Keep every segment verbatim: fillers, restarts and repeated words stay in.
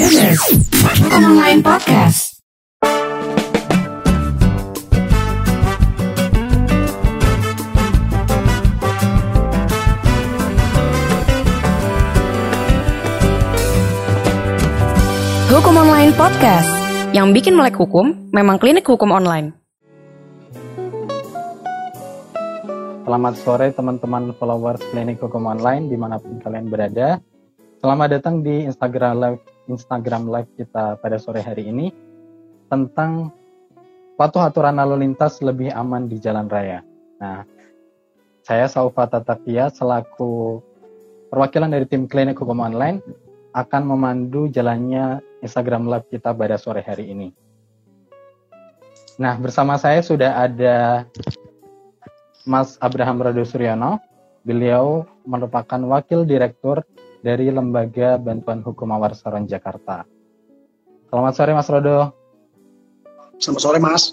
This is Hukum Online Podcast. Hukum Online Podcast. Yang bikin melek hukum memang klinik hukum online. Selamat sore teman-teman followers klinik hukum online dimanapun kalian berada. Selamat datang di Instagram Live Instagram Live kita pada sore hari ini tentang patuh aturan lalu lintas lebih aman di jalan raya. Nah, saya Saufa Tatakia selaku perwakilan dari tim klinik hukum online akan memandu jalannya Instagram Live kita pada sore hari ini. Nah, bersama saya sudah ada Mas Abraham Rodo Suryono. Beliau merupakan Wakil Direktur dari Lembaga Bantuan Hukum Mawar Saron Jakarta. Selamat sore Mas Rodo. Selamat sore Mas.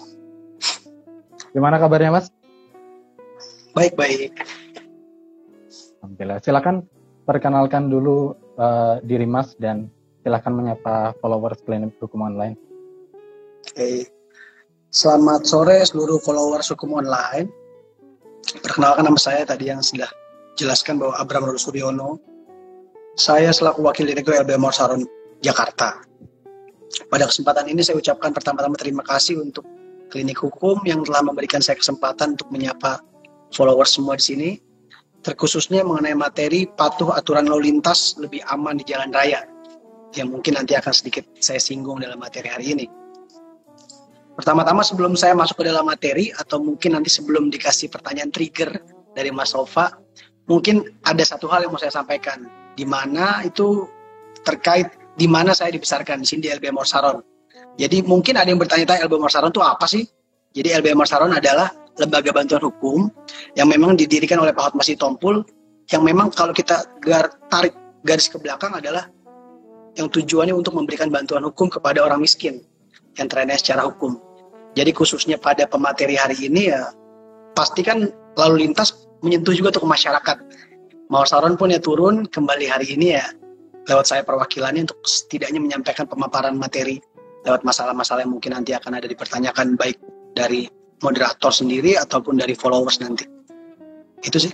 Gimana kabarnya Mas? Baik-baik. Alhamdulillah. Silakan perkenalkan dulu uh, diri Mas dan silakan menyapa followers klinik hukum online. Oke. Selamat sore seluruh followers hukum online. Perkenalkan nama saya tadi yang sudah jelaskan bahwa Abraham Rodo Suryono. Saya selaku Wakil Direktur L B M Mawar Saron Jakarta. Pada kesempatan ini saya ucapkan pertama-tama terima kasih untuk klinik hukum yang telah memberikan saya kesempatan untuk menyapa followers semua di sini, terkhususnya mengenai materi patuh aturan lalu lintas lebih aman di jalan raya, yang mungkin nanti akan sedikit saya singgung dalam materi hari ini. Pertama-tama sebelum saya masuk ke dalam materi, atau mungkin nanti sebelum dikasih pertanyaan trigger dari Mas Sofa, mungkin ada satu hal yang mau saya sampaikan, di mana itu terkait di mana saya dibesarkan di sini di L B M Mawar Saron. Jadi mungkin ada yang bertanya-tanya L B M Mawar Saron itu apa sih? Jadi L B M Mawar Saron adalah lembaga bantuan hukum yang memang didirikan oleh Pak Hotma Sitompul, yang memang kalau kita gar, tarik garis ke belakang adalah yang tujuannya untuk memberikan bantuan hukum kepada orang miskin yang teraniaya secara hukum. Jadi khususnya pada pemateri hari ini ya pastikan lalu lintas menyentuh juga untuk masyarakat. Mawar Saron pun ya turun kembali hari ini ya lewat saya perwakilannya untuk setidaknya menyampaikan pemaparan materi lewat masalah-masalah yang mungkin nanti akan ada dipertanyakan baik dari moderator sendiri ataupun dari followers nanti. Itu sih.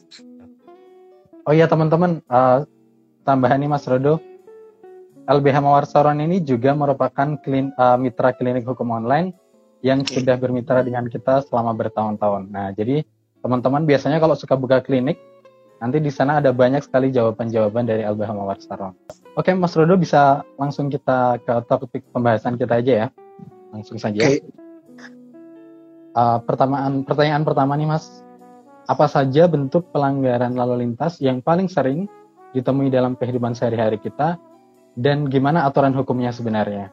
Oh iya teman-teman, uh, tambahan nih Mas Rodo, L B H Mawar Saron ini juga merupakan klin, uh, mitra klinik hukum online yang okay. sudah bermitra dengan kita selama bertahun-tahun. Nah, jadi teman-teman biasanya kalau suka buka klinik, nanti di sana ada banyak sekali jawaban-jawaban dari L B H Mawar Saron. Oke, Mas Rodo bisa langsung kita ke topik pembahasan kita aja ya. Langsung saja. Okay. Uh, pertanyaan, pertanyaan pertama nih Mas, apa saja bentuk pelanggaran lalu lintas yang paling sering ditemui dalam kehidupan sehari-hari kita dan gimana aturan hukumnya sebenarnya?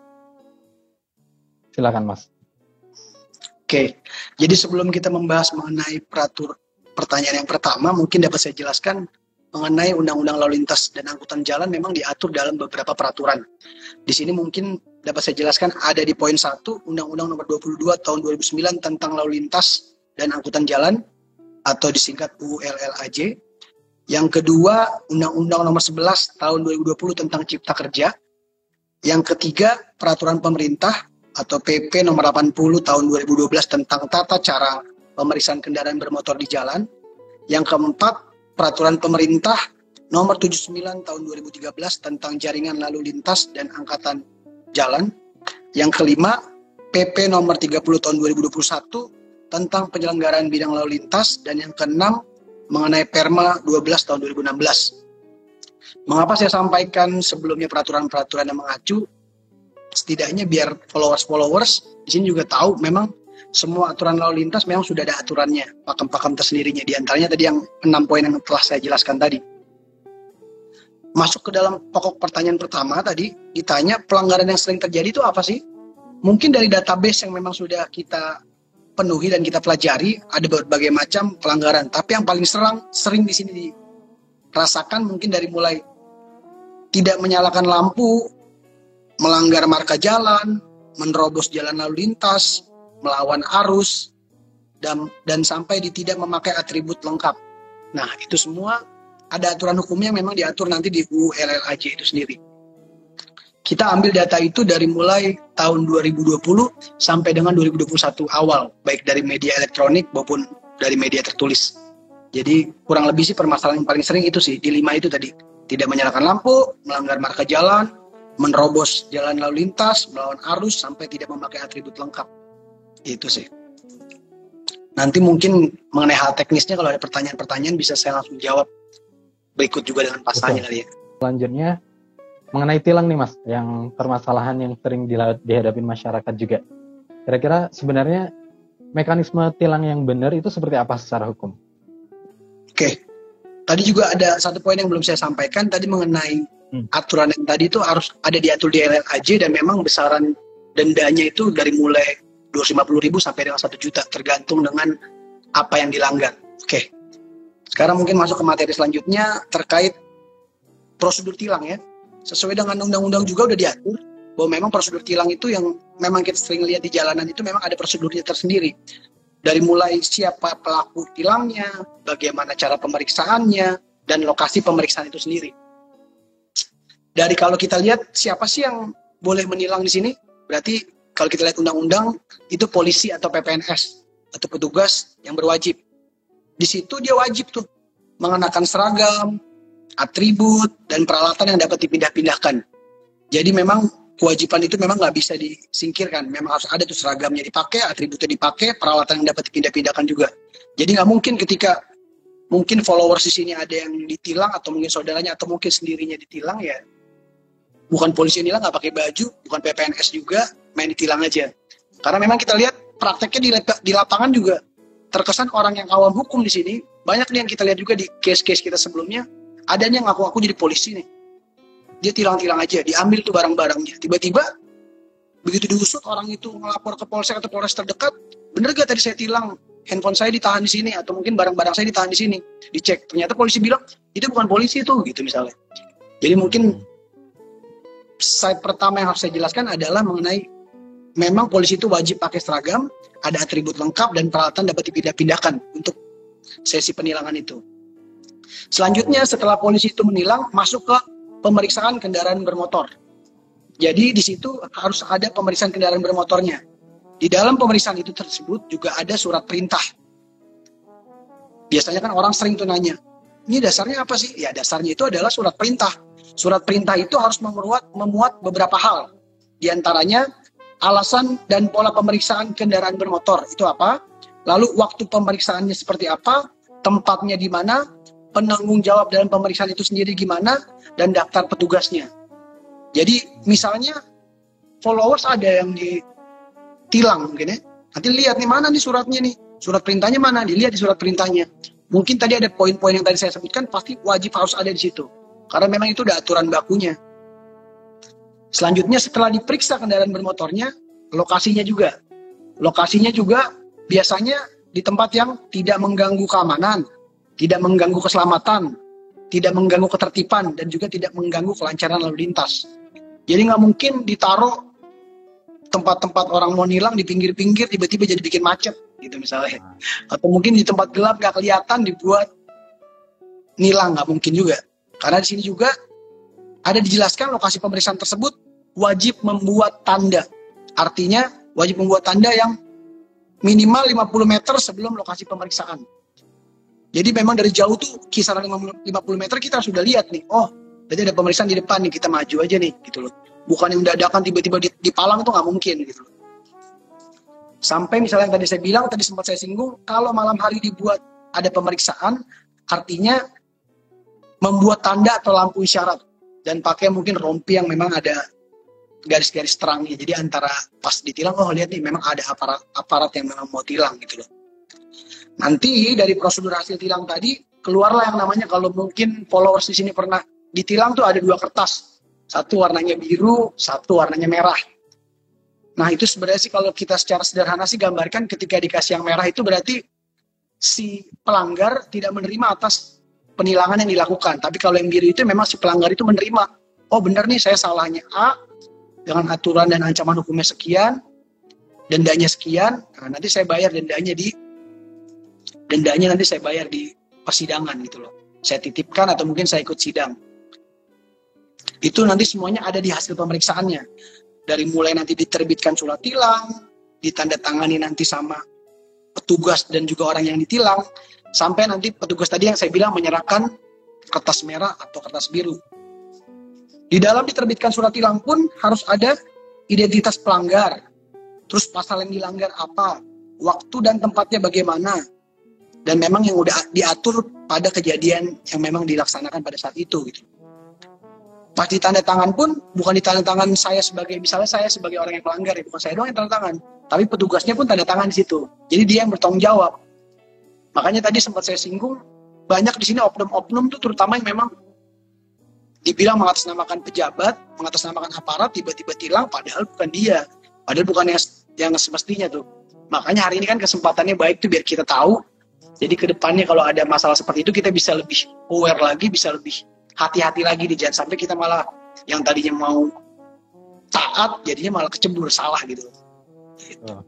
Silakan Mas. Oke, jadi sebelum kita membahas mengenai peraturan pertanyaan yang pertama, mungkin dapat saya jelaskan mengenai Undang-Undang Lalu Lintas dan Angkutan Jalan memang diatur dalam beberapa peraturan. Di sini mungkin dapat saya jelaskan ada di poin satu Undang-Undang Nomor dua puluh dua Tahun dua ribu sembilan tentang Lalu Lintas dan Angkutan Jalan atau disingkat U L L A J. Yang kedua Undang-Undang Nomor sebelas Tahun dua ribu dua puluh tentang Cipta Kerja. Yang ketiga Peraturan Pemerintah atau P P Nomor delapan puluh Tahun dua ribu dua belas tentang tata cara pemeriksaan kendaraan bermotor di jalan. Yang keempat, Peraturan Pemerintah Nomor tujuh puluh sembilan Tahun dua ribu tiga belas tentang Jaringan Lalu Lintas dan Angkatan Jalan. Yang kelima, P P Nomor tiga puluh Tahun dua ribu dua puluh satu tentang penyelenggaraan bidang lalu lintas. Dan yang keenam, mengenai Perma dua belas Tahun dua ribu enam belas. Mengapa saya sampaikan sebelumnya peraturan-peraturan yang mengacu? Setidaknya biar followers-followers di sini juga tahu memang semua aturan lalu lintas memang sudah ada aturannya, pakem-pakem tersendirinya. Di antaranya tadi yang enam poin yang telah saya jelaskan tadi. Masuk ke dalam pokok pertanyaan pertama tadi, ditanya pelanggaran yang sering terjadi itu apa sih? Mungkin dari database yang memang sudah kita penuhi dan kita pelajari, ada berbagai macam pelanggaran. Tapi yang paling serang, sering di sini dirasakan mungkin dari mulai tidak menyalakan lampu, melanggar marka jalan, menerobos jalan lalu lintas, melawan arus, dan, dan sampai di tidak memakai atribut lengkap. Nah, itu semua ada aturan hukumnya memang diatur nanti di U L L A J itu sendiri. kita ambil data itu dari mulai tahun dua ribu dua puluh sampai dengan dua ribu dua puluh satu awal, baik dari media elektronik maupun dari media tertulis. Jadi kurang lebih sih permasalahan yang paling sering itu sih, di lima itu tadi. Tidak menyalakan lampu, melanggar marka jalan, menerobos jalan lalu lintas, melawan arus, sampai tidak memakai atribut lengkap. Itu sih. Nanti mungkin mengenai hal teknisnya kalau ada pertanyaan-pertanyaan bisa saya langsung jawab berikut juga dengan pasanya kali ya. Selanjutnya mengenai tilang nih Mas, yang permasalahan yang sering dihadapi masyarakat juga. Kira-kira sebenarnya mekanisme tilang yang benar itu seperti apa secara hukum? Oke, tadi juga ada satu poin yang belum saya sampaikan tadi mengenai hmm. aturan yang tadi itu harus ada diatur di L L A J dan memang besaran dendanya itu dari mulai dua ratus lima puluh ribu sampai dengan satu juta tergantung dengan apa yang dilanggar. Oke, sekarang mungkin masuk ke materi selanjutnya terkait prosedur tilang ya. Sesuai dengan undang-undang juga udah diatur bahwa memang prosedur tilang itu yang memang kita sering lihat di jalanan itu memang ada prosedurnya tersendiri. Dari mulai siapa pelaku tilangnya, bagaimana cara pemeriksaannya, dan lokasi pemeriksaan itu sendiri. Dari kalau kita lihat siapa sih yang boleh menilang di sini, berarti kalau kita lihat undang-undang itu polisi atau P P N S atau petugas yang berwajib. Di situ dia wajib tuh mengenakan seragam, atribut, dan peralatan yang dapat dipindah-pindahkan. Jadi memang kewajiban itu memang nggak bisa disingkirkan. Memang harus ada tuh seragamnya dipakai, atributnya dipakai, peralatan yang dapat dipindah-pindahkan juga. Jadi nggak mungkin ketika mungkin followers di sini ada yang ditilang atau mungkin saudaranya atau mungkin sendirinya ditilang ya. Bukan polisi yang nilang nggak pakai baju, bukan P P N S juga main ditilang aja. Karena memang kita lihat prakteknya di, di lapangan juga terkesan orang yang awam hukum di sini banyak nih yang kita lihat juga di case-case kita sebelumnya. Ada yang ngaku-ngaku jadi polisi nih. Dia tilang-tilang aja, diambil tuh barang-barangnya. Tiba-tiba, begitu diusut orang itu ngelapor ke polsek atau polres terdekat, bener gak tadi saya tilang, handphone saya ditahan di sini, atau mungkin barang-barang saya ditahan di sini. Dicek, ternyata polisi bilang, itu bukan polisi tuh, gitu misalnya. Jadi mungkin, side pertama yang harus saya jelaskan adalah mengenai, memang polisi itu wajib pakai seragam, ada atribut lengkap, dan peralatan dapat dipindah-pindahkan untuk sesi penilangan itu. Selanjutnya setelah polisi itu menilang, masuk ke pemeriksaan kendaraan bermotor. Jadi di situ harus ada pemeriksaan kendaraan bermotornya. Di dalam pemeriksaan itu tersebut juga ada surat perintah. Biasanya kan orang sering tuh nanya, ini dasarnya apa sih? Ya dasarnya itu adalah surat perintah. Surat perintah itu harus memuat, memuat beberapa hal. Di antaranya alasan dan pola pemeriksaan kendaraan bermotor itu apa? Lalu waktu pemeriksaannya seperti apa? Tempatnya di mana? Penanggung jawab dalam pemeriksaan itu sendiri gimana, dan daftar petugasnya. Jadi misalnya followers ada yang ditilang mungkin ya, nanti lihat nih mana nih suratnya nih, surat perintahnya mana, dilihat di surat perintahnya. Mungkin tadi ada poin-poin yang tadi saya sebutkan, pasti wajib harus ada di situ, karena memang itu udah aturan bakunya. Selanjutnya setelah diperiksa kendaraan bermotornya, lokasinya juga. Lokasinya juga biasanya di tempat yang tidak mengganggu keamanan, tidak mengganggu keselamatan, tidak mengganggu ketertiban, dan juga tidak mengganggu kelancaran lalu lintas. Jadi nggak mungkin ditaruh tempat-tempat orang mau nilang di pinggir-pinggir, tiba-tiba jadi bikin macet, gitu misalnya. Atau mungkin di tempat gelap nggak kelihatan dibuat nilang, nggak mungkin juga. Karena di sini juga ada dijelaskan lokasi pemeriksaan tersebut wajib membuat tanda. Artinya wajib membuat tanda yang minimal lima puluh meter sebelum lokasi pemeriksaan. Jadi memang dari jauh tuh kisaran lima puluh meter kita sudah lihat nih, oh berarti ada pemeriksaan di depan nih, kita maju aja nih gitu loh. Bukan yang dadakan tiba-tiba dipalang tuh nggak mungkin gitu loh. Sampai misalnya yang tadi saya bilang, tadi sempat saya singgung, kalau malam hari dibuat ada pemeriksaan, artinya membuat tanda atau lampu isyarat dan pakai mungkin rompi yang memang ada garis-garis terangnya. Jadi antara pas ditilang, oh lihat nih memang ada aparat aparat yang memang mau tilang gitu loh. Nanti dari prosedur hasil tilang tadi keluarlah yang namanya, kalau mungkin followers di sini pernah ditilang tuh ada dua kertas, satu warnanya biru, satu warnanya merah. Nah itu sebenarnya sih kalau kita secara sederhana sih gambarkan, ketika dikasih yang merah itu berarti si pelanggar tidak menerima atas penilangan yang dilakukan. Tapi kalau yang biru itu memang si pelanggar itu menerima, oh benar nih saya salahnya A dengan aturan dan ancaman hukumnya sekian, dendanya sekian, nah, nanti saya bayar dendanya di dendanya nanti saya bayar di persidangan gitu loh. Saya titipkan atau mungkin saya ikut sidang. Itu nanti semuanya ada di hasil pemeriksaannya. Dari mulai nanti diterbitkan surat tilang, ditandatangani nanti sama petugas dan juga orang yang ditilang, sampai nanti petugas tadi yang saya bilang menyerahkan kertas merah atau kertas biru. Di dalam diterbitkan surat tilang pun harus ada identitas pelanggar, terus pasal yang dilanggar apa, waktu dan tempatnya bagaimana, dan memang yang udah diatur pada kejadian yang memang dilaksanakan pada saat itu gitu. Pas ditanda tangan pun bukan ditanda tangan saya sebagai, misalnya saya sebagai orang yang pelanggar, ya bukan saya doang yang tanda tangan, tapi petugasnya pun tanda tangan di situ. Jadi dia yang bertanggung jawab. Makanya tadi sempat saya singgung, banyak di sini oknum-oknum tuh terutama yang memang dibilang mengatasnamakan pejabat, mengatasnamakan aparat, tiba-tiba tilang, padahal bukan dia, padahal bukan yang, yang semestinya tuh. Makanya hari ini kan kesempatannya baik tuh biar kita tahu. Jadi kedepannya kalau ada masalah seperti itu kita bisa lebih aware lagi, bisa lebih hati-hati lagi nih, jangan sampai kita malah yang tadinya mau taat jadinya malah kecebur salah gitu. Oh.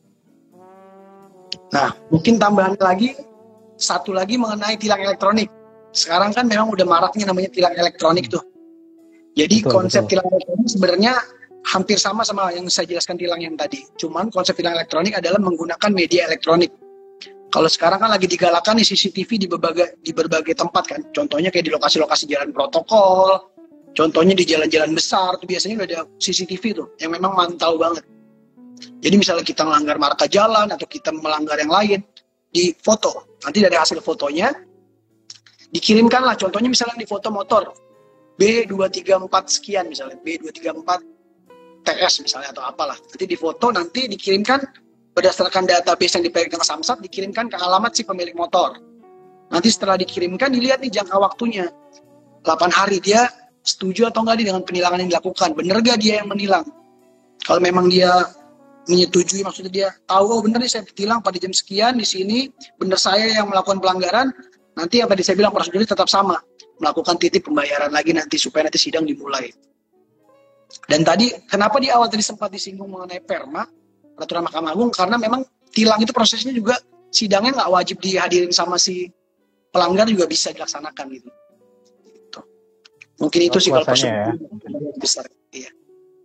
Nah, mungkin tambahan lagi satu lagi mengenai tilang elektronik. Sekarang kan memang udah maraknya namanya tilang elektronik tuh. Jadi Betul, konsep betul. tilang elektronik sebenarnya hampir sama sama yang saya jelaskan tilang yang tadi. Cuman konsep tilang elektronik adalah menggunakan media elektronik. Kalau sekarang kan lagi digalakan di C C T V di berbagai di berbagai tempat kan. Contohnya kayak di lokasi-lokasi jalan protokol, contohnya di jalan-jalan besar tuh biasanya udah ada C C T V tuh yang memang mantau banget. Jadi misalnya kita melanggar marka jalan atau kita melanggar yang lain, di foto. Nanti dari hasil fotonya dikirimkanlah, contohnya misalnya di foto motor B dua tiga empat sekian misalnya, B dua tiga empat T S misalnya atau apalah. Nanti di foto nanti dikirimkan berdasarkan database yang dipegang Samsat, dikirimkan ke alamat si pemilik motor. Nanti setelah dikirimkan dilihat nih jangka waktunya. delapan hari dia setuju atau enggak dengan penilangan yang dilakukan. Bener gak dia yang menilang? Kalau memang dia menyetujui, maksudnya dia tahu, oh bener nih saya ditilang pada jam sekian di sini, bener saya yang melakukan pelanggaran, nanti yang tadi saya bilang prosedurnya tetap sama. Melakukan titip pembayaran lagi nanti supaya nanti sidang dimulai. Dan tadi, kenapa di awal tadi sempat disinggung mengenai perma, peraturan Mahkamah Agung, karena memang tilang itu prosesnya juga sidangnya nggak wajib dihadirin sama si pelanggar, juga bisa dilaksanakan gitu. gitu. Mungkin itu Oh, sih kalau kuasanya prosedur besar. Iya.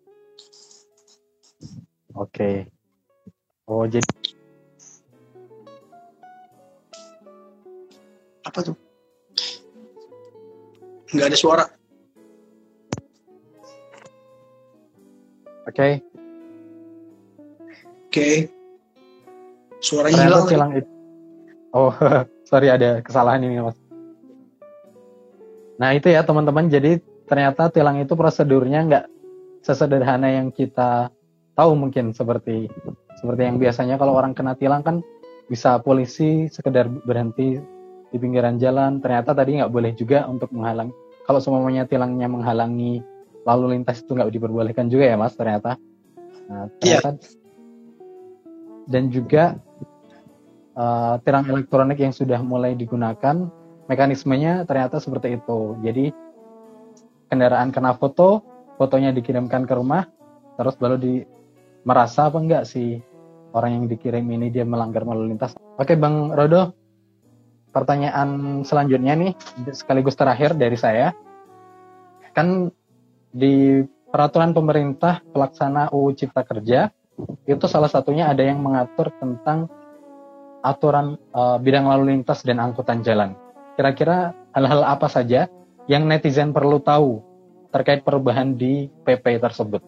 Oke. Oh, jadi Apa tuh? Nggak ada suara. oke. Oke. Suaranya Ternyata hilang. tilang itu. Oh, sorry ada kesalahan ini, Mas. Nah, itu ya teman-teman. Jadi ternyata tilang itu prosedurnya nggak sesederhana yang kita tahu mungkin, seperti seperti yang biasanya kalau orang kena tilang kan bisa polisi sekedar berhenti di pinggiran jalan. Ternyata tadi nggak boleh juga untuk menghalang. Kalau semuanya tilangnya menghalangi lalu lintas itu nggak diperbolehkan juga ya, Mas, ternyata. Nah, ternyata dan juga uh, tilang elektronik yang sudah mulai digunakan, mekanismenya ternyata seperti itu. Jadi kendaraan kena foto, fotonya dikirimkan ke rumah, terus baru di merasa apa enggak sih orang yang dikirim ini dia melanggar lalu lintas. Oke Bang Rodo, pertanyaan selanjutnya nih sekaligus terakhir dari saya. Kan di peraturan pemerintah pelaksana U U Cipta Kerja itu salah satunya ada yang mengatur tentang aturan uh, bidang lalu lintas dan angkutan jalan. Kira-kira hal-hal apa saja yang netizen perlu tahu terkait perubahan di P P tersebut?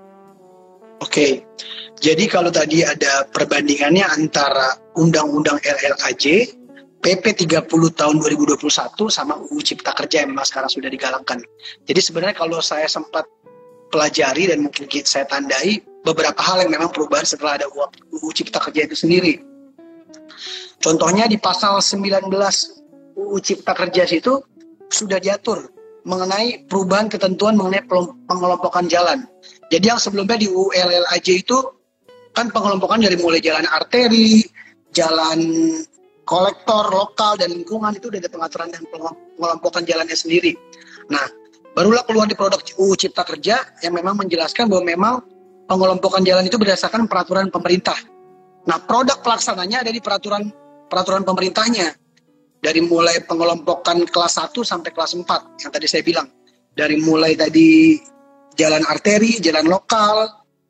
Oke, jadi kalau tadi ada perbandingannya antara Undang-Undang L L A J, P P tiga puluh tahun dua ribu dua puluh satu sama U U Cipta Kerja yang memang sekarang sudah digalakkan. Jadi sebenarnya kalau saya sempat pelajari dan mungkin saya tandai beberapa hal yang memang perubahan setelah ada U U Cipta Kerja itu sendiri. Contohnya di pasal sembilan belas U U Cipta Kerja itu sudah diatur mengenai perubahan ketentuan mengenai pengelompokan jalan. Jadi yang sebelumnya di U U L L A J itu kan pengelompokan dari mulai jalan arteri, jalan kolektor, lokal, dan lingkungan itu udah ada pengaturan dan pengelompokan jalannya sendiri. Nah, barulah keluar di produk U U Cipta Kerja yang memang menjelaskan bahwa memang pengelompokan jalan itu berdasarkan peraturan pemerintah. Nah, produk pelaksananya ada di peraturan peraturan pemerintahnya. Dari mulai pengelompokan kelas satu sampai kelas empat yang tadi saya bilang. Dari mulai tadi jalan arteri, jalan lokal,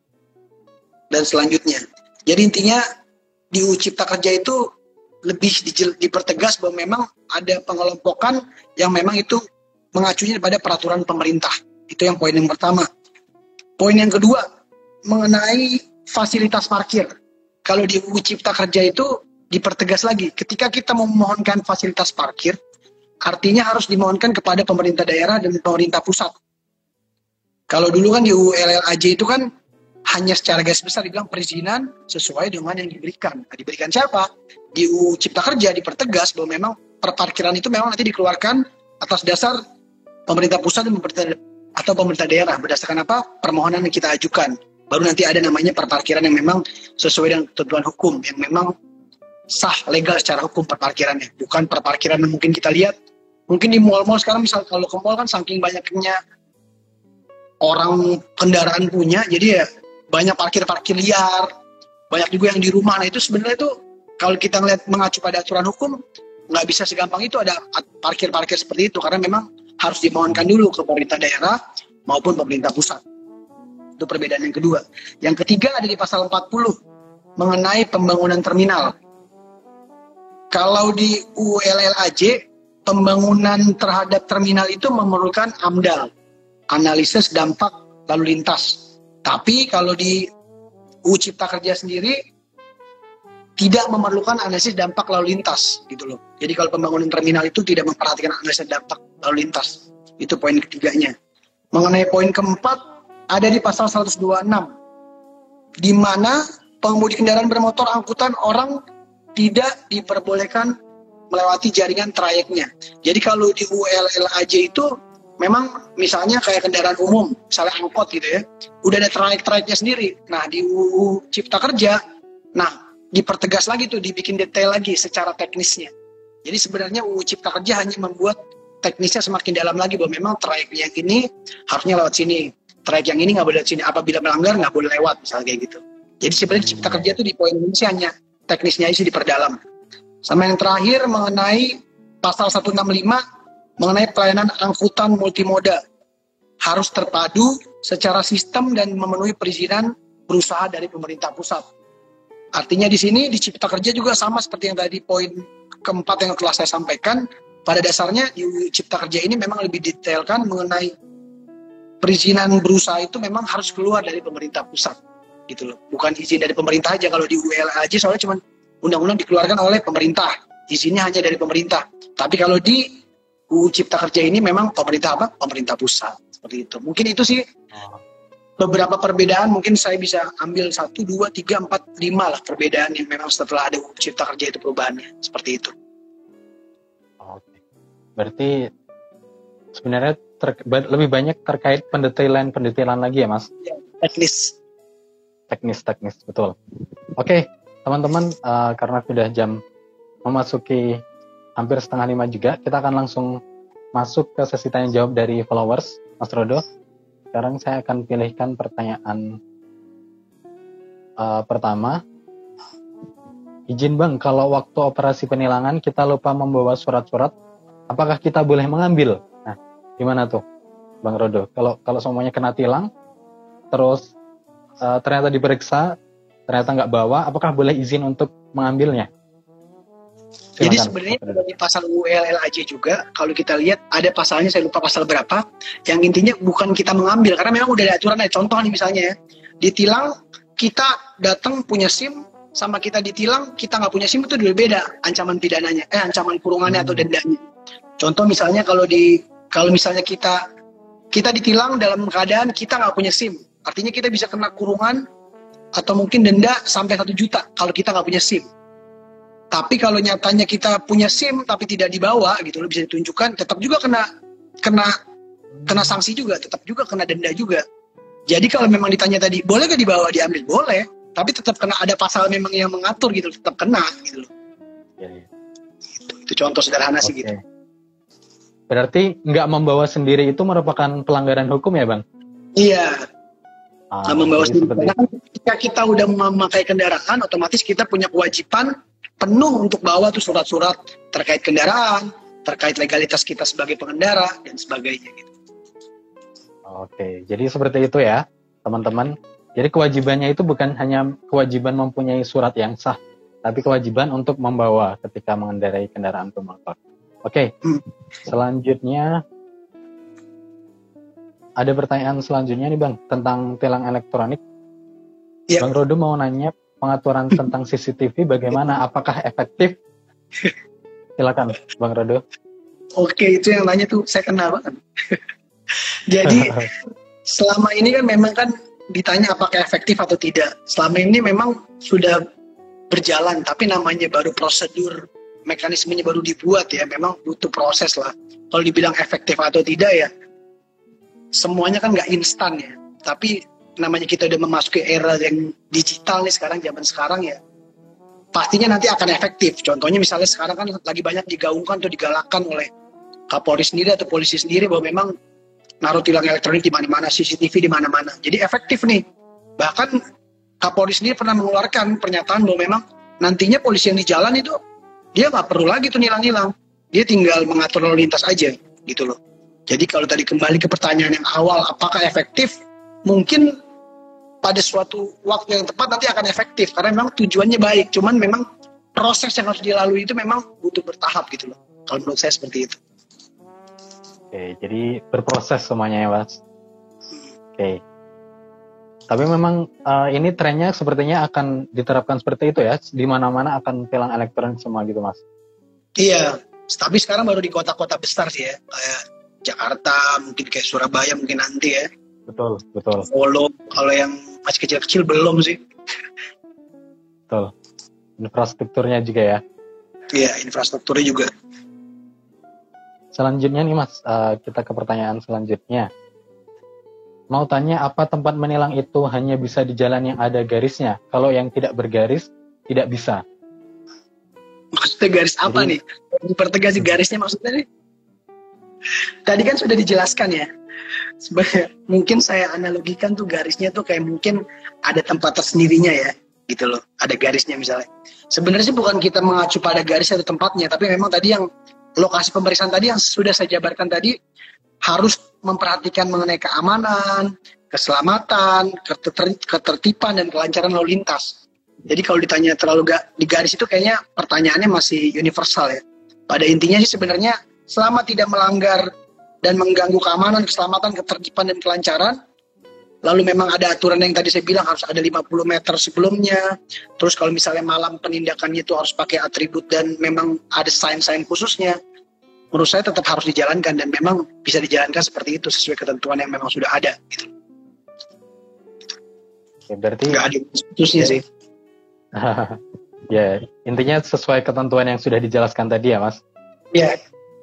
dan selanjutnya. Jadi intinya di U U Cipta Kerja itu lebih dijel- dipertegas bahwa memang ada pengelompokan yang memang itu mengacunya pada peraturan pemerintah. Itu yang poin yang pertama. Poin yang kedua, mengenai fasilitas parkir. Kalau di U U Cipta Kerja itu dipertegas lagi, ketika kita memohonkan fasilitas parkir, artinya harus dimohonkan kepada pemerintah daerah dan pemerintah pusat. Kalau dulu kan di U U L L A J itu kan hanya secara garis besar dibilang perizinan sesuai dengan yang diberikan. Nah, diberikan siapa? Di U U Cipta Kerja dipertegas bahwa memang perparkiran itu memang nanti dikeluarkan atas dasar pemerintah pusat dan pemerintah atau pemerintah daerah berdasarkan apa? Permohonan yang kita ajukan. Baru nanti ada namanya perparkiran yang memang sesuai dengan ketentuan hukum, yang memang sah, legal secara hukum perparkirannya. Bukan perparkiran yang mungkin kita lihat, mungkin di mall-mall sekarang misal kalau ke mall kan saking banyaknya orang kendaraan punya, jadi ya banyak parkir-parkir liar, banyak juga yang di rumah. Nah itu sebenarnya itu kalau kita ngeliat mengacu pada aturan hukum, nggak bisa segampang itu ada parkir-parkir seperti itu, karena memang harus dimohonkan dulu ke pemerintah daerah maupun pemerintah pusat. Itu perbedaan yang kedua. Yang ketiga ada di pasal empat puluh mengenai pembangunan terminal. Kalau di U U L L A J, pembangunan terhadap terminal itu memerlukan AMDAL, analisis dampak lalu lintas. Tapi kalau di U U Cipta Kerja sendiri tidak memerlukan analisis dampak lalu lintas gitu loh. Jadi kalau pembangunan terminal itu tidak memperhatikan analisis dampak lalu lintas. Itu poin ketiganya. Mengenai poin keempat ada di pasal seratus dua puluh enam di mana pengemudi kendaraan bermotor angkutan orang tidak diperbolehkan melewati jaringan trayeknya. Jadi kalau di U U L L A J itu memang misalnya kayak kendaraan umum, misalnya angkot gitu ya, udah ada trayek-trayeknya sendiri. Nah di U U Cipta Kerja, nah dipertegas lagi tuh, dibikin detail lagi secara teknisnya. Jadi sebenarnya U U Cipta Kerja hanya membuat teknisnya semakin dalam lagi bahwa memang trayek yang ini harusnya lewat sini, trayek yang ini nggak boleh lewat sini, apabila melanggar nggak boleh lewat, misalnya kayak gitu. Jadi sebenarnya Cipta Kerja itu di poin ini sih hanya teknisnya isi diperdalam. Sama yang terakhir mengenai pasal seratus enam puluh lima mengenai pelayanan angkutan multimoda harus terpadu secara sistem dan memenuhi perizinan berusaha dari pemerintah pusat. Artinya di sini di Cipta Kerja juga sama seperti yang tadi poin keempat yang telah saya sampaikan. Pada dasarnya di U U Cipta Kerja ini memang lebih detailkan mengenai perizinan berusaha itu memang harus keluar dari pemerintah pusat gitu loh. Bukan izin dari pemerintah aja. Kalau di U U L aja soalnya cuma undang-undang dikeluarkan oleh pemerintah, izinnya hanya dari pemerintah. Tapi kalau di U U Cipta Kerja ini memang pemerintah apa? Pemerintah pusat. Seperti itu. Mungkin itu sih beberapa perbedaan. Mungkin saya bisa ambil satu, dua, tiga, empat, lima lah perbedaan yang memang setelah ada U U Cipta Kerja itu perubahannya. Seperti itu. Oke. Berarti sebenarnya ter- lebih banyak terkait pendetailan-pendetailan lagi ya Mas? Ya, teknis. Teknis-teknis, betul. Oke, teman-teman, uh, karena sudah jam memasuki hampir setengah lima juga, kita akan langsung masuk ke sesi tanya jawab dari followers, Mas Rodo. Sekarang saya akan pilihkan pertanyaan uh, pertama. Izin Bang, kalau waktu operasi penilangan kita lupa membawa surat-surat, apakah kita boleh mengambil? Nah, gimana tuh, Bang Rodo? Kalau kalau semuanya kena tilang, terus uh, ternyata diperiksa, ternyata nggak bawa, apakah boleh izin untuk mengambilnya? Silakan. Jadi sebenarnya di pasal U U L L A J juga kalau kita lihat ada pasalnya, saya lupa pasal berapa, yang intinya bukan kita mengambil karena memang udah ada aturan. Ada contoh nih misalnya ya, ditilang kita datang punya SIM sama kita ditilang kita nggak punya SIM itu udah beda ancaman pidananya, eh ancaman kurungannya atau dendanya. Contoh misalnya kalau di kalau misalnya kita kita ditilang dalam keadaan kita nggak punya SIM, artinya kita bisa kena kurungan atau mungkin denda sampai satu juta kalau kita nggak punya SIM. Tapi kalau nyatanya kita punya SIM tapi tidak dibawa gitu, lo bisa ditunjukkan, tetap juga kena kena kena sanksi juga, tetap juga kena denda juga. Jadi kalau memang ditanya tadi boleh gak dibawa diambil, boleh, tapi tetap kena ada pasal memang yang mengatur gitu, tetap kena gitu loh. Ya, ya. Itu, itu contoh sederhana okay. sih gitu. Berarti nggak membawa sendiri itu merupakan pelanggaran hukum ya Bang? Iya. Ah, nggak membawa sendiri. Karena kan ketika kita udah memakai kendaraan, otomatis kita punya kewajiban penuh untuk bawa tuh surat-surat terkait kendaraan, terkait legalitas kita sebagai pengendara dan sebagainya gitu. Oke, jadi seperti itu ya, teman-teman. Jadi kewajibannya itu bukan hanya kewajiban mempunyai surat yang sah, tapi kewajiban untuk membawa ketika mengendarai kendaraan bermotor. Oke, selanjutnya ada pertanyaan selanjutnya nih Bang, tentang tilang elektronik. Ya. Bang Rodo mau nanya pengaturan tentang C C T V bagaimana? Apakah efektif? Silakan Bang Rodo. Oke, itu yang nanya tuh saya kenal banget. Jadi selama ini kan memang kan ditanya apakah efektif atau tidak. Selama ini memang sudah berjalan, tapi namanya baru prosedur, mekanismenya baru dibuat ya, memang butuh proses lah. Kalau dibilang efektif atau tidak ya, semuanya kan nggak instan ya. Tapi namanya kita udah memasuki era yang digital nih sekarang, zaman sekarang ya, pastinya nanti akan efektif. Contohnya misalnya sekarang kan lagi banyak digaungkan atau digalakan oleh Kapolri sendiri atau polisi sendiri bahwa memang naruh tilang elektronik di mana-mana, C C T V di mana-mana. Jadi efektif nih. Bahkan Kapolri sendiri pernah mengeluarkan pernyataan bahwa memang nantinya polisi yang di jalan itu dia nggak perlu lagi tuh nilang-nilang. Dia tinggal mengatur lalu lintas aja gitu loh. Jadi kalau tadi kembali ke pertanyaan yang awal, apakah efektif? Mungkin pada suatu waktu yang tepat nanti akan efektif karena memang tujuannya baik. Cuman memang proses yang harus dilalui itu memang butuh bertahap gitu loh. Kalau menurut saya seperti itu. Oke, jadi berproses semuanya ya, Mas. Oke. Tapi memang uh, ini trennya sepertinya akan diterapkan seperti itu ya, di mana-mana akan tilang elektronik semua gitu, Mas. Iya, tapi sekarang baru di kota-kota besar sih ya, kayak Jakarta, mungkin kayak Surabaya mungkin nanti ya. Betul, betul. Solo, kalau yang masih kecil-kecil belum sih. Betul. Infrastrukturnya juga ya. Iya, infrastrukturnya juga. Selanjutnya nih Mas, uh, kita ke pertanyaan selanjutnya. Mau tanya, apa tempat menilang itu hanya bisa di jalan yang ada garisnya? Kalau yang tidak bergaris, tidak bisa. Maksudnya garis apa Jadi, nih? Dipertegas garisnya maksudnya nih? Tadi kan sudah dijelaskan ya. Sebenarnya mungkin saya analogikan tuh garisnya tuh kayak mungkin ada tempat tersendirinya ya, gitu loh. Ada garisnya misalnya. Sebenarnya sih bukan kita mengacu pada garis atau tempatnya, tapi memang tadi yang lokasi pemeriksaan tadi yang sudah saya jabarkan tadi harus memperhatikan mengenai keamanan, keselamatan, keter- ketertiban, dan kelancaran lalu lintas. Jadi kalau ditanya terlalu ga, di garis itu kayaknya pertanyaannya masih universal ya. Pada intinya sih sebenarnya selama tidak melanggar dan mengganggu keamanan, keselamatan, ketertiban, dan kelancaran, lalu memang ada aturan yang tadi saya bilang harus ada lima puluh meter sebelumnya, terus kalau misalnya malam penindakannya itu harus pakai atribut dan memang ada sign-sign khususnya, menurut saya tetap harus dijalankan dan memang bisa dijalankan seperti itu sesuai ketentuan yang memang sudah ada gitu. Ya, berarti nggak ada khususnya ya. Sih. Ya, intinya sesuai ketentuan yang sudah dijelaskan tadi ya, Mas. Ya.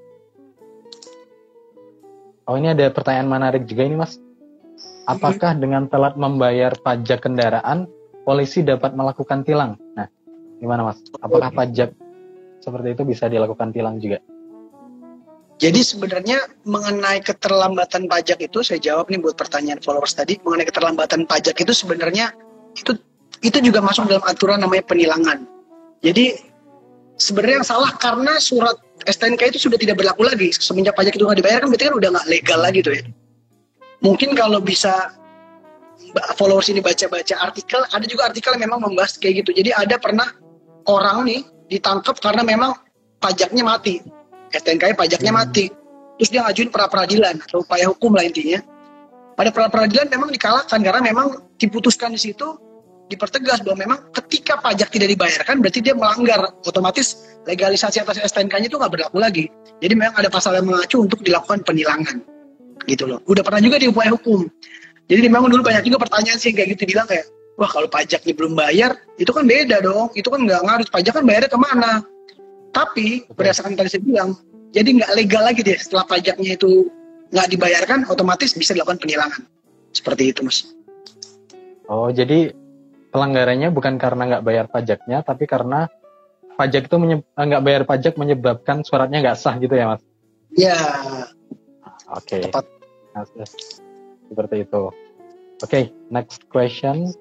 Oh, ini ada pertanyaan menarik juga ini, Mas. Apakah hmm. dengan telat membayar pajak kendaraan, polisi dapat melakukan tilang? Nah, gimana Mas? Apakah pajak seperti itu bisa dilakukan tilang juga? Jadi sebenarnya mengenai keterlambatan pajak itu, saya jawab nih buat pertanyaan followers tadi, mengenai keterlambatan pajak itu sebenarnya itu itu juga masuk dalam aturan namanya penilangan. Jadi sebenarnya yang salah karena surat S T N K itu sudah tidak berlaku lagi. Semenjak pajak itu nggak dibayar kan berarti kan udah nggak legal lagi tuh ya. Mungkin kalau bisa followers ini baca-baca artikel, ada juga artikel yang memang membahas kayak gitu. Jadi ada pernah orang nih ditangkap karena memang pajaknya mati. S T N K pajaknya hmm. mati. Terus dia ngajuin pra-peradilan atau upaya hukum lah intinya. Pada pra-peradilan memang dikalahkan karena memang diputuskan di situ, dipertegas bahwa memang ketika pajak tidak dibayarkan berarti dia melanggar, otomatis legalisasi atas S T N K-nya itu nggak berlaku lagi. Jadi memang ada pasal yang mengacu untuk dilakukan penilangan. Gitu loh. Udah pernah juga di upaya hukum. Jadi memang dulu banyak juga pertanyaan sih kayak gitu bilang kayak, wah kalau pajaknya belum bayar, itu kan beda dong. Itu kan nggak ngaruh. Pajak kan bayarnya kemana? Tapi berdasarkan tadi saya bilang, jadi nggak legal lagi deh setelah pajaknya itu nggak dibayarkan, otomatis bisa dilakukan penilangan. Seperti itu, Mas. Oh, jadi pelanggarannya bukan karena nggak bayar pajaknya, tapi karena pajak itu menye- nggak bayar pajak menyebabkan suratnya nggak sah gitu ya, Mas? Ya. Oke, okay. Nah, seperti itu. Oke, okay, next question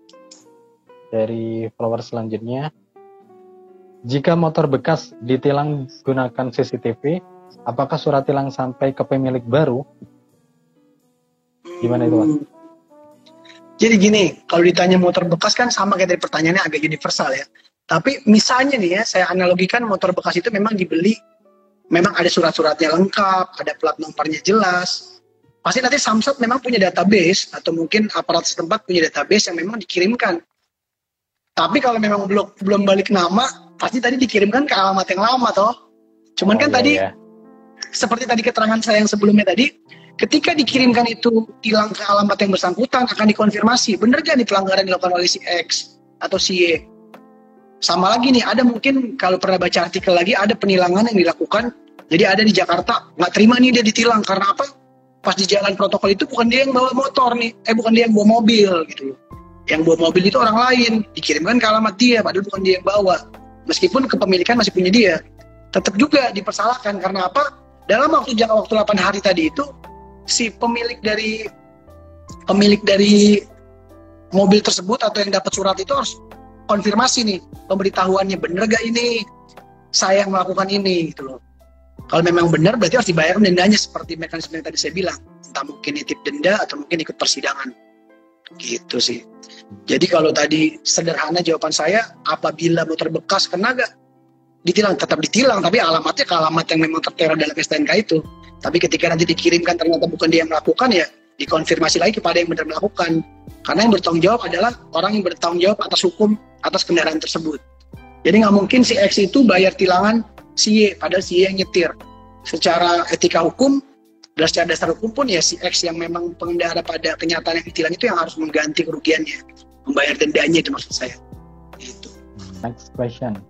dari follower selanjutnya. Jika motor bekas ditilang gunakan C C T V, apakah surat tilang sampai ke pemilik baru? Gimana itu, Mas? Hmm. Jadi gini, kalau ditanya motor bekas kan sama kayak dari pertanyaannya agak universal ya. Tapi misalnya nih ya, saya analogikan motor bekas itu memang dibeli, memang ada surat-suratnya lengkap, ada plat nomornya jelas. Pasti nanti Samsat memang punya database, atau mungkin aparat setempat punya database yang memang dikirimkan. Tapi kalau memang belum belum balik nama, pasti tadi dikirimkan ke alamat yang lama toh. Cuman Oh, kan iya, tadi, iya. seperti tadi keterangan saya yang sebelumnya tadi, ketika dikirimkan itu tilang ke alamat yang bersangkutan akan dikonfirmasi, bener gak nih pelanggaran dilakukan oleh si X atau si Y. Sama lagi nih, ada mungkin kalau pernah baca artikel lagi, ada penilangan yang dilakukan, jadi ada di Jakarta, nggak terima nih dia ditilang, karena apa? Pas di jalan protokol itu bukan dia yang bawa motor nih, eh bukan dia yang bawa mobil gitu. Yang bawa mobil itu orang lain, dikirimkan ke alamat dia, padahal bukan dia yang bawa. Meskipun kepemilikan masih punya dia, tetap juga dipersalahkan, karena apa? Dalam waktu jangka waktu delapan hari tadi itu, si pemilik dari pemilik dari mobil tersebut atau yang dapat surat itu harus konfirmasi nih, pemberitahuannya bener gak ini, saya yang melakukan ini gitu loh. Kalau memang benar berarti harus dibayar dendanya seperti mekanisme yang tadi saya bilang, entah mungkin nitip denda atau mungkin ikut persidangan gitu sih. Jadi kalau tadi sederhana jawaban saya, apabila motor bekas kena gak ditilang, tetap ditilang, tapi alamatnya ke alamat yang memang tertera dalam S T N K itu. Tapi ketika nanti dikirimkan ternyata bukan dia yang melakukan, ya dikonfirmasi lagi kepada yang benar melakukan. Karena yang bertanggung jawab adalah orang yang bertanggung jawab atas hukum atas kendaraan tersebut. Jadi nggak mungkin si X itu bayar tilangan si Y, padahal si Y yang nyetir. Secara etika hukum, dan secara dasar hukum pun ya si X yang memang pengendara pada kenyataan yang ditilang itu yang harus mengganti kerugiannya, membayar dendanya, itu maksud saya. Itu. Next question.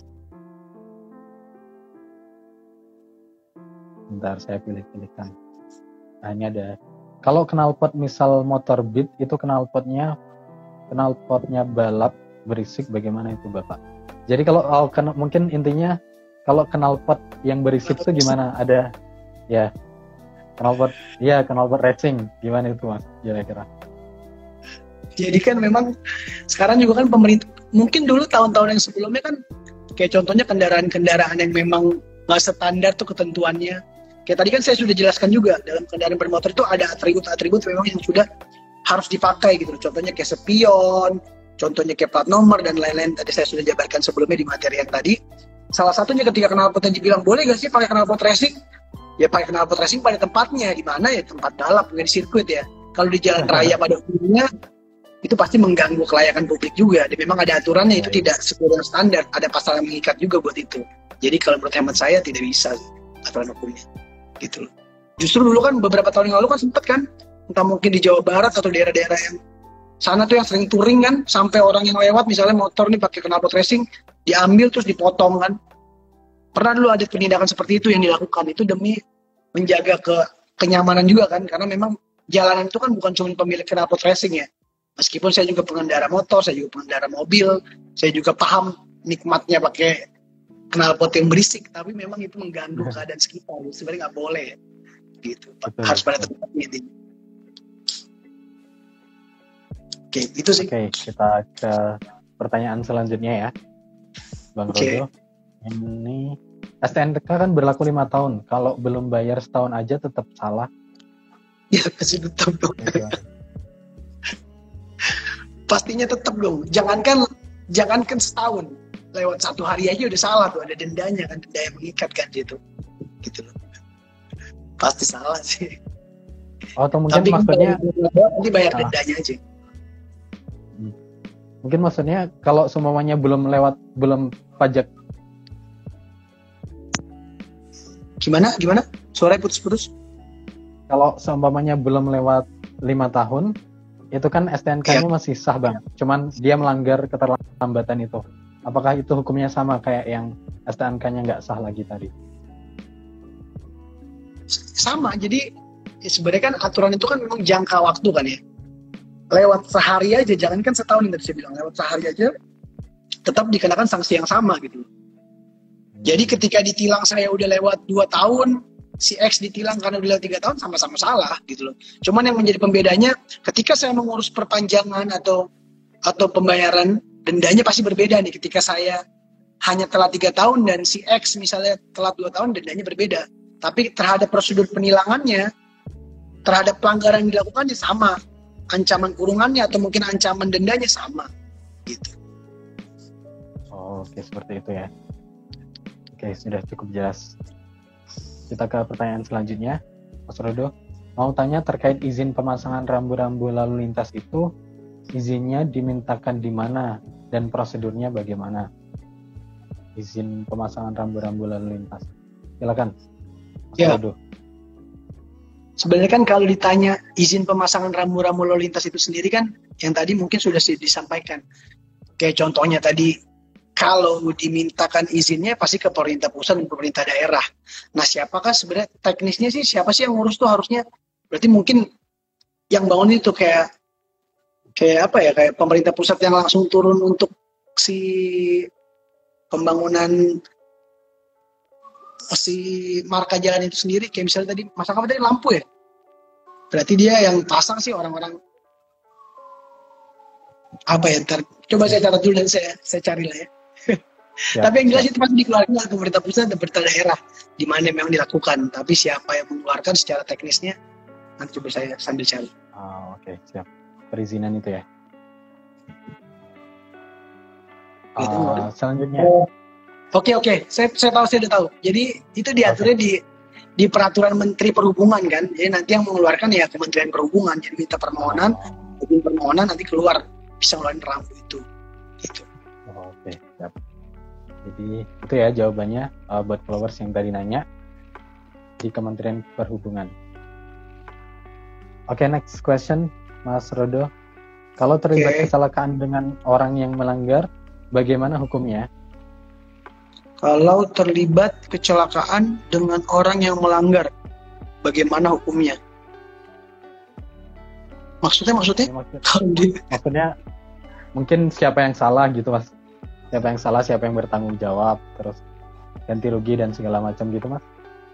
Bentar, saya pilih-pilihkan. Nah, ini ada. Kalau knalpot misal motor Beat itu knalpotnya knalpotnya balap berisik, bagaimana itu Bapak? Jadi kalau oh, ken, mungkin intinya kalau knalpot yang berisik itu gimana? Ada ya knalpot, ya knalpot racing, gimana itu Mas? Kira-kira. Jadi kan memang sekarang juga kan pemerintah, mungkin dulu tahun-tahun yang sebelumnya kan kayak contohnya kendaraan-kendaraan yang memang nggak standar tuh ketentuannya. Kayak tadi kan saya sudah jelaskan juga, dalam kendaraan bermotor itu ada atribut-atribut memang yang sudah harus dipakai gitu. Contohnya kayak spion, contohnya kayak plat nomor dan lain-lain. Tadi saya sudah jabarkan sebelumnya di materi yang tadi. Salah satunya ketika knalpotnya dibilang boleh gak sih pakai knalpot racing? Ya pakai knalpot racing pada tempatnya, di mana ya tempat balap, bukan di sirkuit ya. Kalau di jalan raya pada umumnya itu pasti mengganggu kelayakan publik juga. Dan memang ada aturannya, itu tidak sesuai dengan standar. Ada pasal yang mengikat juga buat itu. Jadi kalau menurut hemat saya tidak bisa aturan hukumnya. Gitu loh. Justru dulu kan beberapa tahun yang lalu kan sempat kan, entah mungkin di Jawa Barat atau daerah-daerah yang sana tuh yang sering touring kan, sampai orang yang lewat misalnya motor nih pakai knalpot racing diambil terus dipotong kan. Pernah dulu ada penindakan seperti itu yang dilakukan, itu demi menjaga ke kenyamanan juga kan, karena memang jalanan itu kan bukan cuma pemilik knalpot racing ya. Meskipun saya juga pengendara motor, saya juga pengendara mobil, saya juga paham nikmatnya pakai knalpot yang berisik, tapi memang itu mengganggu keadaan sekitar. Sebenarnya nggak boleh, gitu. Betul. Harus pada tempatnya intinya. Oke, itu sih. Oke, kita ke pertanyaan selanjutnya ya, Bang Oke. Rodo. Ini S T N K kan berlaku lima tahun. Kalau belum bayar setahun aja tetap salah. Ya pasti tetap dong. Gitu. Pastinya tetap dong. Jangankan jangankan setahun. Lewat satu hari aja udah salah tuh, ada dendanya kan, denda yang mengikat kan gitu, gitu loh. Pasti salah sih. Oh, atau mungkin Tapi maksudnya nanti bayar ah. dendanya aja. Mungkin maksudnya kalau semuanya belum lewat, belum pajak. Gimana? Gimana? Suaranya putus-putus. Kalau seumpamanya belum lewat lima tahun, itu kan S T N K-nya Ya. masih sah Bang. Cuman dia melanggar keterlambatan itu. Apakah itu hukumnya sama kayak yang S T N K-nya nggak sah lagi tadi? Sama, jadi ya sebenarnya kan aturan itu kan memang jangka waktu kan ya. Lewat sehari aja, jangan kan setahun yang tadi saya bilang, lewat sehari aja tetap dikenakan sanksi yang sama gitu. Jadi ketika ditilang saya udah lewat dua tahun, si X ditilang karena udah lewat tiga tahun, sama-sama salah gitu loh. Cuman yang menjadi pembedanya, ketika saya mengurus perpanjangan atau atau pembayaran, dendanya pasti berbeda nih. Ketika saya hanya telat tiga tahun dan si X misalnya telat dua tahun, dendanya berbeda. Tapi terhadap prosedur penilangannya, terhadap pelanggaran yang dilakukannya sama, ancaman kurungannya atau mungkin ancaman dendanya sama, gitu. Oh, oke, seperti itu ya. Oke, sudah cukup jelas. Kita ke pertanyaan selanjutnya, Mas Rodo. Mau tanya terkait izin pemasangan rambu-rambu lalu lintas itu, izinnya dimintakan di mana dan prosedurnya bagaimana? Izin pemasangan rambu-rambu lalu lintas. Silakan, Mas Ya. Rodo. Sebenarnya kan kalau ditanya izin pemasangan rambu-rambu lalu lintas itu sendiri kan, yang tadi mungkin sudah disampaikan. Kayak contohnya tadi, kalau dimintakan izinnya pasti ke pemerintah pusat dan pemerintah daerah. Nah, siapakah sebenarnya teknisnya sih, siapa sih yang ngurus tuh harusnya? Berarti mungkin yang bangun itu kayak kayak apa ya, kayak pemerintah pusat yang langsung turun untuk si pembangunan si marka jalan itu sendiri. Kayak misalnya tadi, masa apa tadi, lampu ya? Berarti dia yang pasang sih orang-orang apa ya, ntar coba saya catat dulu dan saya saya cari lah ya. Siap, Tapi yang jelas siap. itu pasti dikeluarkan oleh pemerintah pusat dan pemerintah daerah di mana memang dilakukan. Tapi siapa yang mengeluarkan secara teknisnya nanti coba saya sambil cari. Oh, oke, siap. Perizinan itu ya. Gitu, Ah, selanjutnya, Oke oke, saya saya tahu saya udah tahu. Jadi itu diaturnya di di peraturan Menteri Perhubungan kan. Jadi nanti yang mengeluarkan ya Kementerian Perhubungan. Jadi minta permohonan, bikin permohonan nanti keluar bisa ngeluarin rambu itu. Gitu. Oh, oke, siap. Jadi itu ya jawabannya uh, buat followers yang tadi nanya di Kementerian Perhubungan. Oke, next question, Mas Rodo. Kalau terlibat Oke. kecelakaan dengan orang yang melanggar, bagaimana hukumnya? Kalau terlibat kecelakaan dengan orang yang melanggar, bagaimana hukumnya? Maksudnya maksudnya? Ini maksud- Kalau di maksudnya mungkin siapa yang salah gitu, Mas? Siapa yang salah, siapa yang bertanggung jawab, terus ganti rugi dan segala macam gitu, Mas?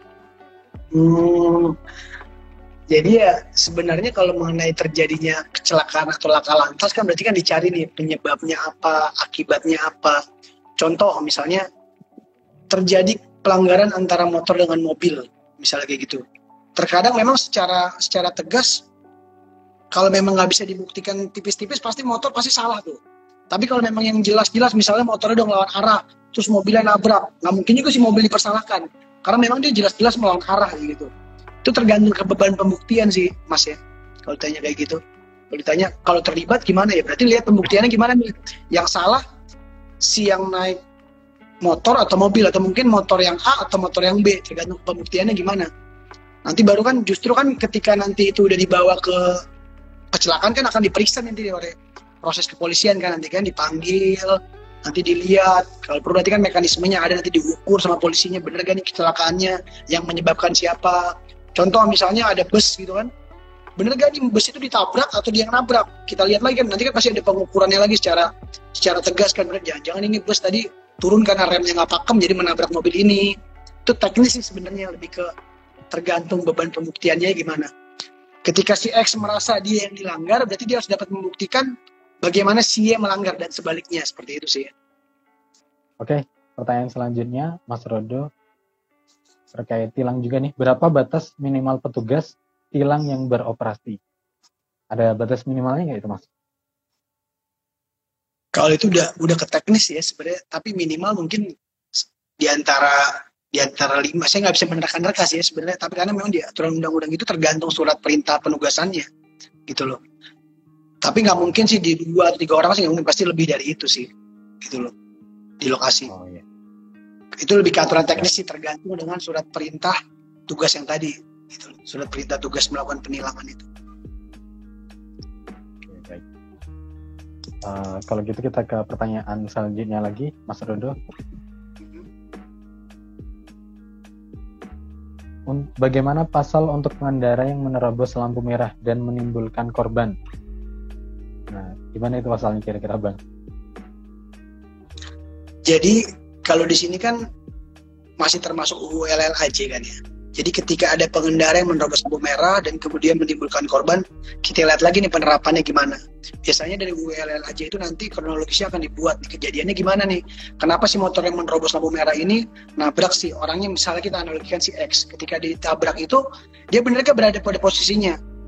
Hmm, jadi ya sebenarnya kalau mengenai terjadinya kecelakaan atau laka lantas kan berarti kan dicari nih penyebabnya apa, akibatnya apa. Contoh misalnya terjadi pelanggaran antara motor dengan mobil, misalnya kayak gitu. Terkadang memang secara secara tegas kalau memang nggak bisa dibuktikan tipis-tipis pasti motor pasti salah tuh. Tapi kalau memang yang jelas-jelas misalnya motornya udah ngelawan arah, terus mobilnya nabrak, nggak mungkin juga si mobil dipersalahkan. Karena memang dia jelas-jelas melawan arah gitu. Itu tergantung ke beban pembuktian sih, Mas ya. Kalau ditanya kayak gitu. Kalau ditanya kalau terlibat gimana ya? Berarti lihat pembuktiannya gimana nih. Yang salah si yang naik motor atau mobil, atau mungkin motor yang A atau motor yang B, tergantung pembuktiannya gimana. Nanti baru kan justru kan ketika nanti itu udah dibawa ke kecelakaan kan akan diperiksa nanti oleh proses kepolisian kan, nanti kan dipanggil, nanti dilihat, kalau perlu nanti kan mekanismenya ada, nanti diukur sama polisinya bener gak nih kecelakaannya, yang menyebabkan siapa. Contoh misalnya ada bus gitu kan, bener gak nih bus itu ditabrak atau dia yang nabrak, kita lihat lagi kan, nanti kan pasti ada pengukurannya lagi secara secara tegas kan, bener jangan-jangan ini bus tadi turun karena remnya nggak pakem jadi menabrak mobil ini. Itu teknis sih sebenarnya, lebih ke tergantung beban pembuktiannya gimana. Ketika si X merasa dia yang dilanggar, berarti dia harus dapat membuktikan bagaimana si Y melanggar dan sebaliknya, seperti itu sih. Oke, pertanyaan selanjutnya, Mas Rodo, terkait tilang juga nih. Berapa batas minimal petugas tilang yang beroperasi? Ada batas minimalnya nggak itu, Mas? Kalau itu udah udah ke teknis ya sebenarnya, tapi minimal mungkin di antara di antara lima, saya nggak bisa menerka-nerka sih ya sebenarnya, tapi karena memang di aturan undang-undang itu tergantung surat perintah penugasannya, gitu loh. Tapi nggak mungkin sih di dua atau tiga orang sih, nggak mungkin, pasti lebih dari itu sih, gitu loh, di lokasi. Oh iya. Itu lebih ke aturan teknis sih, tergantung dengan surat perintah tugas yang tadi, gitu loh. Surat perintah tugas melakukan penilangan itu. Oke, baik. Uh, kalau gitu kita ke pertanyaan selanjutnya lagi, Mas Rodo. Bagaimana pasal untuk pengendara yang menerobos lampu merah dan menimbulkan korban? Nah, gimana itu pasalnya kira-kira, Bang? Jadi kalau di sini kan masih termasuk U U L L A J kan ya. Jadi ketika ada pengendara yang menerobos lampu merah dan kemudian menimbulkan korban, kita lihat lagi nih penerapannya gimana. Biasanya dari U U L L A J itu nanti kronologisnya akan dibuat, nih, kejadiannya gimana nih. Kenapa si motor yang menerobos lampu merah ini nabrak si orangnya, misalnya kita analogikan si X. Ketika ditabrak itu, dia benar-benar berada pada posisinya.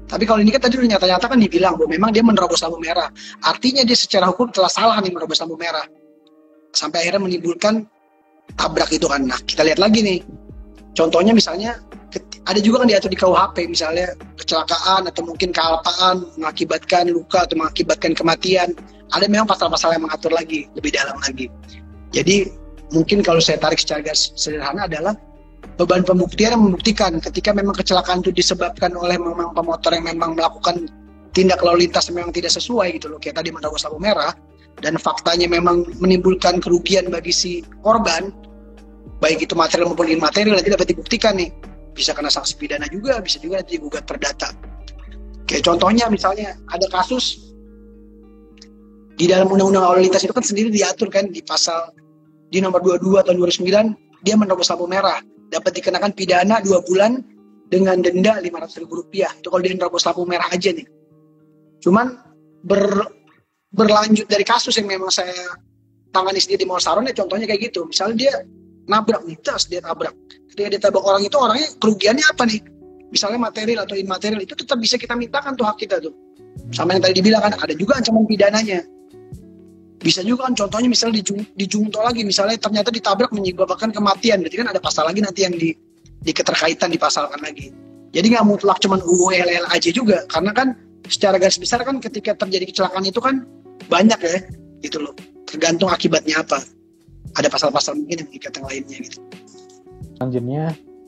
Tapi kalau ini kan tadi udah nyata-nyata kan dibilang bahwa memang dia menerobos lampu merah. Artinya dia secara hukum telah salah nih menerobos lampu merah. Sampai akhirnya menimbulkan tabrak itu kan. Nah, kita lihat lagi nih. Contohnya misalnya, ada juga kan diatur di K U H P, misalnya kecelakaan atau mungkin kealpaan mengakibatkan luka atau mengakibatkan kematian. Ada memang pasal-pasal yang mengatur lagi, lebih dalam lagi. Jadi, mungkin kalau saya tarik secara sederhana adalah beban pembuktian yang membuktikan ketika memang kecelakaan itu disebabkan oleh memang pemotor yang memang melakukan tindak lalu lintas yang memang tidak sesuai gitu loh, kayak tadi menerobos lampu merah, dan faktanya memang menimbulkan kerugian bagi si korban, baik itu material maupun imaterial, nanti dapat dibuktikan nih, bisa kena sanksi pidana juga, bisa juga nanti digugat perdata. Kayak contohnya misalnya ada kasus di dalam undang-undang lalu lintas itu kan sendiri diatur kan di pasal di nomor dua puluh dua tahun dua ribu sembilan, dia menerobos lampu merah dapat dikenakan pidana dua bulan dengan denda lima ratus ribu rupiah. Itu kalau dia nerobos lampu merah aja nih. Cuman ber, berlanjut dari kasus yang memang saya tangani sendiri di Mall Saron ya, contohnya kayak gitu. Misalnya dia nabrak nih, tas dia tabrak. Ketika dia tabrak orang itu, orangnya kerugiannya apa nih? Misalnya material atau imaterial, itu tetap bisa kita mintakan tuh hak kita tuh. Sama yang tadi dibilang kan, ada juga ancaman pidananya. Bisa juga kan contohnya misalnya dijung, dijungto lagi, misalnya ternyata ditabrak menyebabkan kematian, berarti kan ada pasal lagi nanti yang di, di keterkaitan dipasalkan lagi. Jadi nggak mutlak cuman U U L L aja juga, karena kan secara garis besar kan ketika terjadi kecelakaan itu kan banyak ya, gitu loh. Tergantung akibatnya apa. Ada pasal-pasal mungkin yang mengikat yang lainnya gitu. Selanjutnya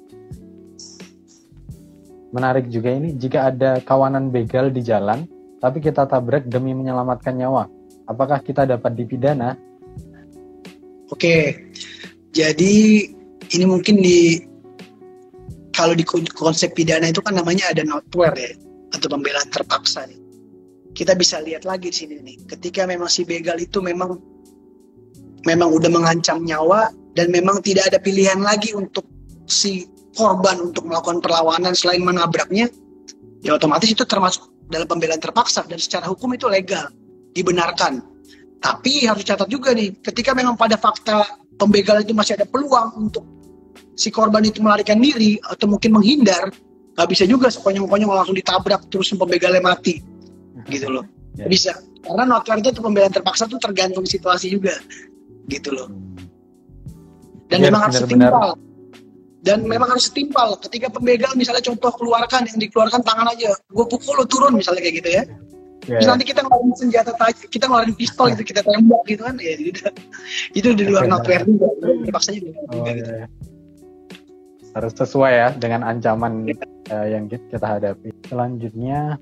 menarik juga ini, jika ada kawanan begal di jalan, tapi kita tabrak demi menyelamatkan nyawa, apakah kita dapat dipidana? Oke, jadi ini mungkin di kalau di konsep pidana itu kan namanya ada notware ya, atau pembelaan terpaksa nih. Kita bisa lihat lagi di sini nih, ketika memang si begal itu memang memang udah mengancam nyawa dan memang tidak ada pilihan lagi untuk si korban untuk melakukan perlawanan selain menabraknya, ya otomatis itu termasuk dalam pembelaan terpaksa dan secara hukum itu legal, dibenarkan. Tapi harus catat juga nih, ketika memang pada fakta pembegal itu masih ada peluang untuk si korban itu melarikan diri atau mungkin menghindar, nggak bisa juga sekonyong-konyong langsung ditabrak terus pembegalnya mati, gitu loh. Ya. Bisa, karena notware itu pembelaan terpaksa tuh tergantung situasi juga, gitu loh. Dan ya, memang harus setimpal. Dan memang harus setimpal. Ketika pembegal misalnya contoh keluarkan, yang dikeluarkan tangan aja, gue pukul lo turun misalnya kayak gitu ya. Yeah. Terus nanti kita ngeluarin senjata tajam, kita ngeluarin pistol gitu, kita tembak gitu kan, ya gitu. Itu di luar notware juga, terpaksa juga. Oh, gitu. Yeah. Harus sesuai ya dengan ancaman uh, yang kita hadapi. Selanjutnya,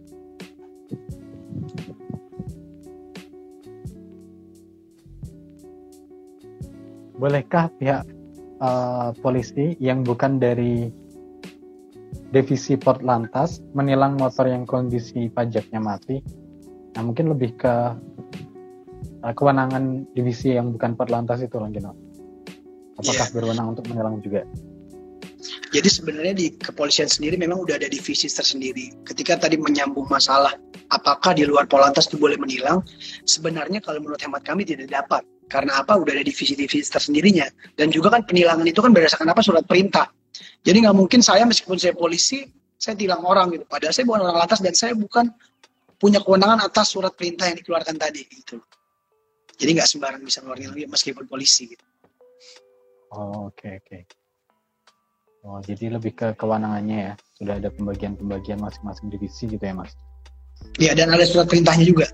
bolehkah pihak uh, polisi yang bukan dari divisi Portlantas menilang motor yang kondisi pajaknya mati? Nah, mungkin lebih ke uh, kewenangan divisi yang bukan Portlantas itu lagi, no? Apakah yeah. berwenang untuk menilang juga? Jadi sebenarnya di kepolisian sendiri memang udah ada divisi tersendiri. Ketika tadi menyambung masalah apakah di luar Portlantas itu boleh menilang, sebenarnya kalau menurut hemat kami tidak dapat. Karena apa? Udah ada divisi-divisi tersendirinya. Dan juga kan penilangan itu kan berdasarkan apa? Surat perintah. Jadi nggak mungkin saya meskipun saya polisi, saya tilang orang gitu. Padahal saya bukan orang lantas dan saya bukan punya kewenangan atas surat perintah yang dikeluarkan tadi gitu. Jadi nggak sembarang bisa ngeluarin lagi meskipun polisi gitu. Oh, oke okay, oke. Okay. Oh, jadi lebih ke kewenangannya ya. Sudah ada pembagian-pembagian masing-masing divisi gitu ya, Mas? Iya, dan ada surat perintahnya juga.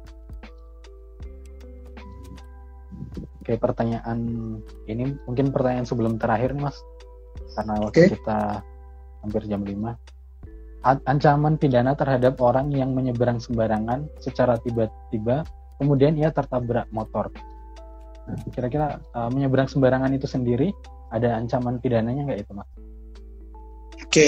Oke, pertanyaan ini mungkin pertanyaan sebelum terakhir, Mas. Karena waktu okay. kita hampir jam lima. Ancaman pidana terhadap orang yang menyeberang sembarangan secara tiba-tiba, kemudian ia tertabrak motor. Nah, kira-kira uh, menyeberang sembarangan itu sendiri ada ancaman pidananya nggak itu, Mas? Oke. Okay.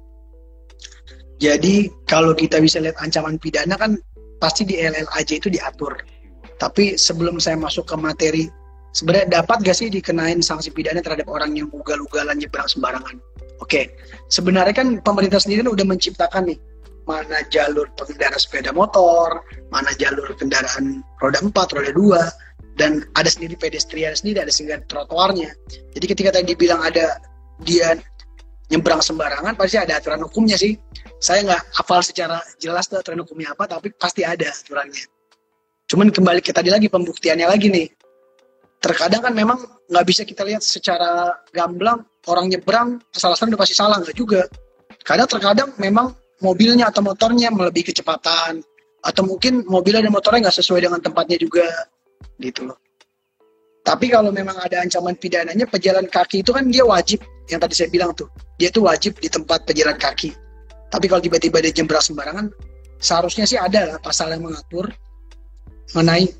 Jadi kalau kita bisa lihat ancaman pidana kan pasti di L L A J itu diatur. Tapi sebelum saya masuk ke materi, sebenarnya dapat gak sih dikenain sanksi pidana terhadap orang yang ugal-ugalan nyebrang sembarangan? Oke, sebenarnya kan pemerintah sendiri udah menciptakan nih, mana jalur pengendara sepeda motor, mana jalur kendaraan roda empat, roda dua, dan ada sendiri pedestrian sendiri, ada sendiri trotoarnya. Jadi ketika tadi dibilang ada dia nyebrang sembarangan pasti ada aturan hukumnya sih. Saya nggak hafal secara jelas tuh aturan hukumnya apa, tapi pasti ada aturannya. Cuman kembali ke tadi lagi, pembuktiannya lagi nih. Terkadang kan memang nggak bisa kita lihat secara gamblang orang nyebrang kesalahan udah pasti salah, nggak juga. Kadang terkadang memang mobilnya atau motornya melebihi kecepatan, atau mungkin mobilnya dan motornya nggak sesuai dengan tempatnya juga, gitu loh. Tapi kalau memang ada ancaman pidananya, pejalan kaki itu kan dia wajib, yang tadi saya bilang tuh, dia tuh wajib di tempat pejalan kaki. Tapi kalau tiba-tiba dia nyebrang sembarangan, seharusnya sih ada lah pasal yang mengatur mengenai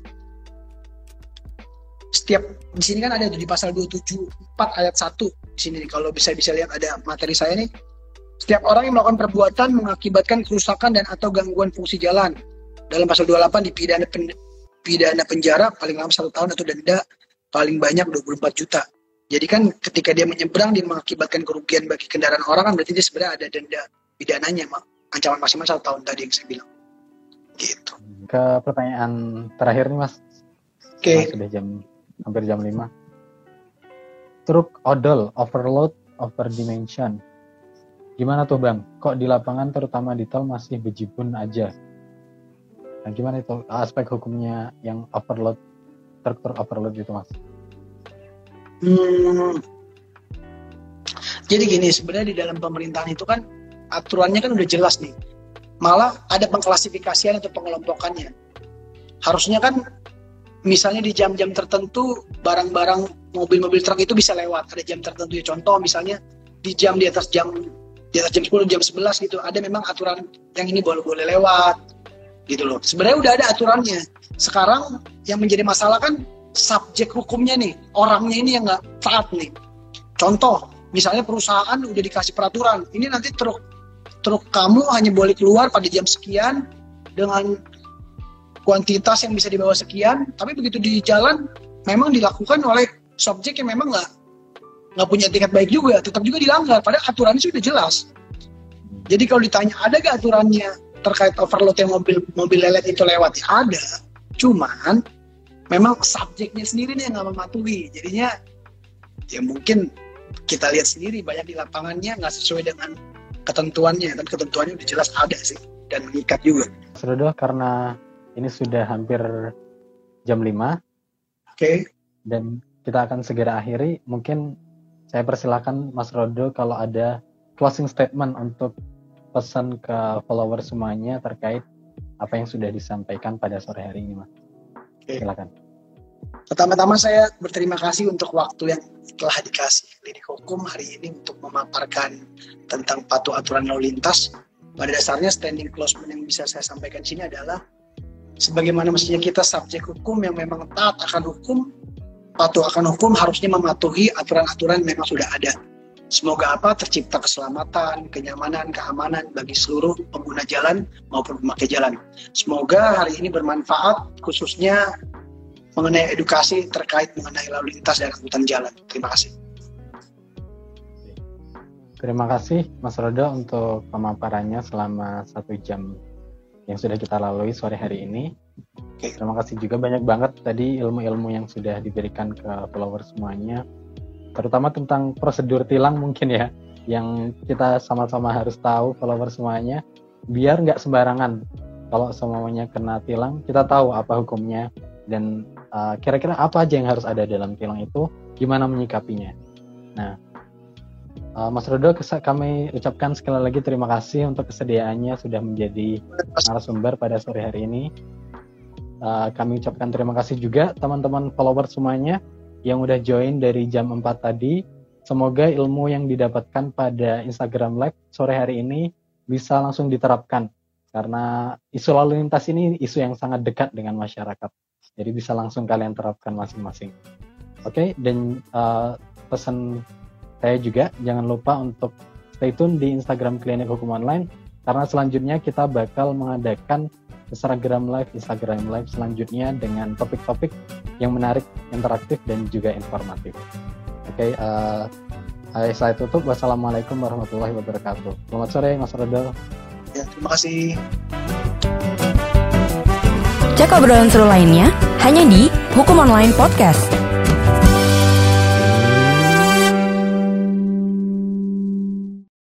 setiap, di sini kan ada tuh di pasal dua tujuh empat ayat satu di sini nih, kalau bisa bisa lihat ada materi saya nih. Setiap orang yang melakukan perbuatan mengakibatkan kerusakan dan atau gangguan fungsi jalan, dalam pasal dua puluh delapan dipidana pen, pidana penjara paling lama satu tahun atau denda paling banyak dua puluh empat juta. Jadi kan ketika dia menyeberang dia mengakibatkan kerugian bagi kendaraan orang, kan berarti dia sebenarnya ada denda pidananya, ancaman maksimal satu tahun tadi yang saya bilang. Gitu. Ke pertanyaan terakhir nih Mas. Oke. Okay. Sudah jam hampir jam lima. Truk odol, overload, overdimension. Gimana tuh Bang? Kok di lapangan terutama di tol masih bejibun aja? Nah, gimana itu aspek hukumnya yang overload, truk-truk overload gitu Mas? Hmm. Jadi gini, sebenarnya di dalam pemerintahan itu kan aturannya kan udah jelas nih. Malah ada pengklasifikasian atau pengelompokannya. Harusnya kan misalnya di jam-jam tertentu barang-barang mobil-mobil truk itu bisa lewat, ada jam tertentu ya. Contoh misalnya di jam di atas jam di atas jam sepuluh, jam sebelas gitu, ada memang aturan yang ini boleh-boleh lewat gitu loh. Sebenarnya udah ada aturannya. Sekarang yang menjadi masalah kan subjek hukumnya nih, orangnya ini yang nggak taat nih. Contoh misalnya perusahaan udah dikasih peraturan, ini nanti truk truk kamu hanya boleh keluar pada jam sekian dengan kuantitas yang bisa dibawa sekian, tapi begitu di jalan memang dilakukan oleh subjek yang memang nggak nggak punya etikat baik juga, tetap juga dilanggar. Padahal aturannya sudah jelas. Jadi kalau ditanya ada nggak aturannya terkait overload yang mobil mobil lelet itu lewat, ya ada. Cuman memang subjeknya sendiri nih yang nggak mematuhi. Jadinya ya mungkin kita lihat sendiri banyak di lapangannya nggak sesuai dengan ketentuannya, dan ketentuannya udah jelas ada sih dan mengikat juga. Sudah, karena ini sudah hampir jam lima. Oke. Okay. Dan kita akan segera akhiri. Mungkin saya persilakan Mas Rodo kalau ada closing statement untuk pesan ke follower semuanya terkait apa yang sudah disampaikan pada sore hari ini, Mas. Okay. Silakan. Pertama-tama saya berterima kasih untuk waktu yang telah dikasih Klinik Hukum hari ini untuk memaparkan tentang patuh aturan lalu lintas. Pada dasarnya standing closement yang bisa saya sampaikan di sini adalah sebagaimana mestinya kita subjek hukum yang memang taat akan hukum, patuh akan hukum, harusnya mematuhi aturan-aturan yang memang sudah ada. Semoga apa tercipta keselamatan, kenyamanan, keamanan bagi seluruh pengguna jalan maupun pemakai jalan. Semoga hari ini bermanfaat khususnya mengenai edukasi terkait mengenai lalu lintas dan angkutan jalan. Terima kasih. Terima kasih Mas Rodo untuk pemaparannya selama satu jam yang sudah kita lalui sore hari ini. Oke. Terima kasih juga banyak banget tadi ilmu-ilmu yang sudah diberikan ke follower semuanya, terutama tentang prosedur tilang mungkin ya, yang kita sama-sama harus tahu follower semuanya, biar nggak sembarangan. Kalau semuanya kena tilang, kita tahu apa hukumnya dan uh, kira-kira apa aja yang harus ada dalam tilang itu, gimana menyikapinya. Nah, uh, Mas Rodo, kami ucapkan sekali lagi terima kasih untuk kesediaannya sudah menjadi narasumber pada sore hari ini. Uh, kami ucapkan terima kasih juga teman-teman follower semuanya yang udah join dari jam empat tadi. Semoga ilmu yang didapatkan pada Instagram Live sore hari ini bisa langsung diterapkan, karena isu lalu lintas ini isu yang sangat dekat dengan masyarakat. Jadi bisa langsung kalian terapkan masing-masing. Oke, okay, dan uh, pesan saya juga jangan lupa untuk stay tune di Instagram Klinik Hukum Online, karena selanjutnya kita bakal mengadakan Instagram Live, Instagram Live selanjutnya dengan topik-topik yang menarik, interaktif, dan juga informatif. Oke, okay, uh, saya tutup. Wassalamualaikum warahmatullahi wabarakatuh. Selamat sore, Mas Rodo. Ya, terima kasih. Cek obrolan seru lainnya hanya di Hukum Online Podcast.